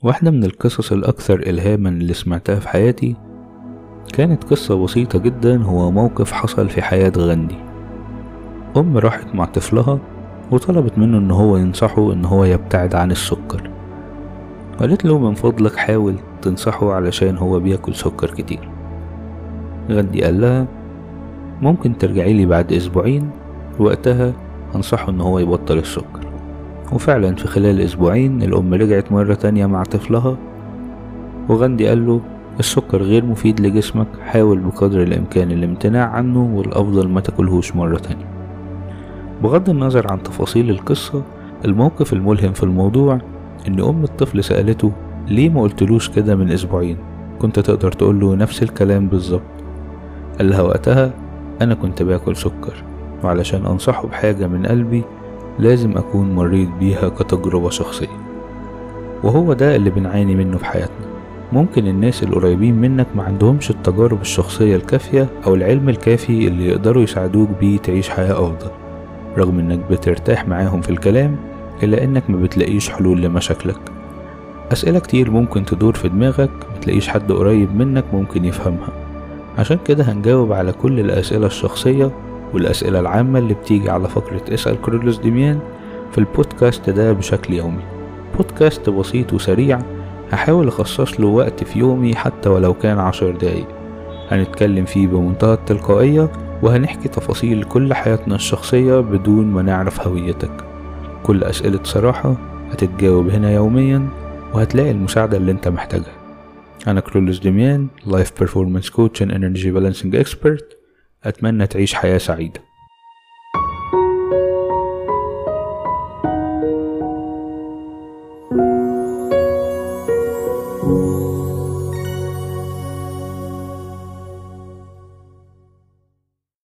واحدة من القصص الأكثر إلهاما اللي سمعتها في حياتي كانت قصة بسيطة جدا. هو موقف حصل في حياة غاندي. أم راحت مع طفلها وطلبت منه إن هو ينصحه إن هو يبتعد عن السكر. قالت له من فضلك حاول تنصحه علشان هو بياكل سكر كتير. غاندي قال لها ممكن ترجعي لي بعد أسبوعين، وقتها هنصحه إن هو يبطل السكر. وفعلا في خلال أسبوعين الأم رجعت مرة تانية مع طفلها، وغاندي قال له السكر غير مفيد لجسمك، حاول بقدر الإمكان الامتناع عنه، والأفضل ما تاكلهوش مرة تانية. بغض النظر عن تفاصيل القصة، الموقف الملهم في الموضوع إن أم الطفل سألته ليه ما قلتلوش كده من أسبوعين، كنت تقدر تقوله نفس الكلام بالظبط. قال لها وقتها أنا كنت باكل سكر، وعلشان أنصحه بحاجة من قلبي لازم أكون مريت بيها كتجربة شخصية. وهو ده اللي بنعاني منه في حياتنا. ممكن الناس القريبين منك ما عندهمش التجارب الشخصية الكافية أو العلم الكافي اللي يقدروا يساعدوك بيه تعيش حياة أفضل، رغم إنك بترتاح معاهم في الكلام إلا إنك ما بتلاقيش حلول لمشاكلك. أسئلة كتير ممكن تدور في دماغك، متلاقيش حد قريب منك ممكن يفهمها. عشان كده هنجاوب على كل الأسئلة الشخصية والأسئلة العامة اللي بتيجي على فقرة اسأل كرولوس دميان في البودكاست ده بشكل يومي. بودكاست بسيط وسريع، هحاول أخصص له وقت في يومي حتى ولو كان 10 دقايق. هنتكلم فيه بمنتهى التلقائية، وهنحكي تفاصيل كل حياتنا الشخصية بدون ما نعرف هويتك. كل أسئلة صراحة هتتجاوب هنا يوميا، وهتلاقي المساعدة اللي انت محتاجها. أنا كرولوس دميان، Life Performance Coach and Energy Balancing Expert. أتمنى تعيش حياة سعيدة.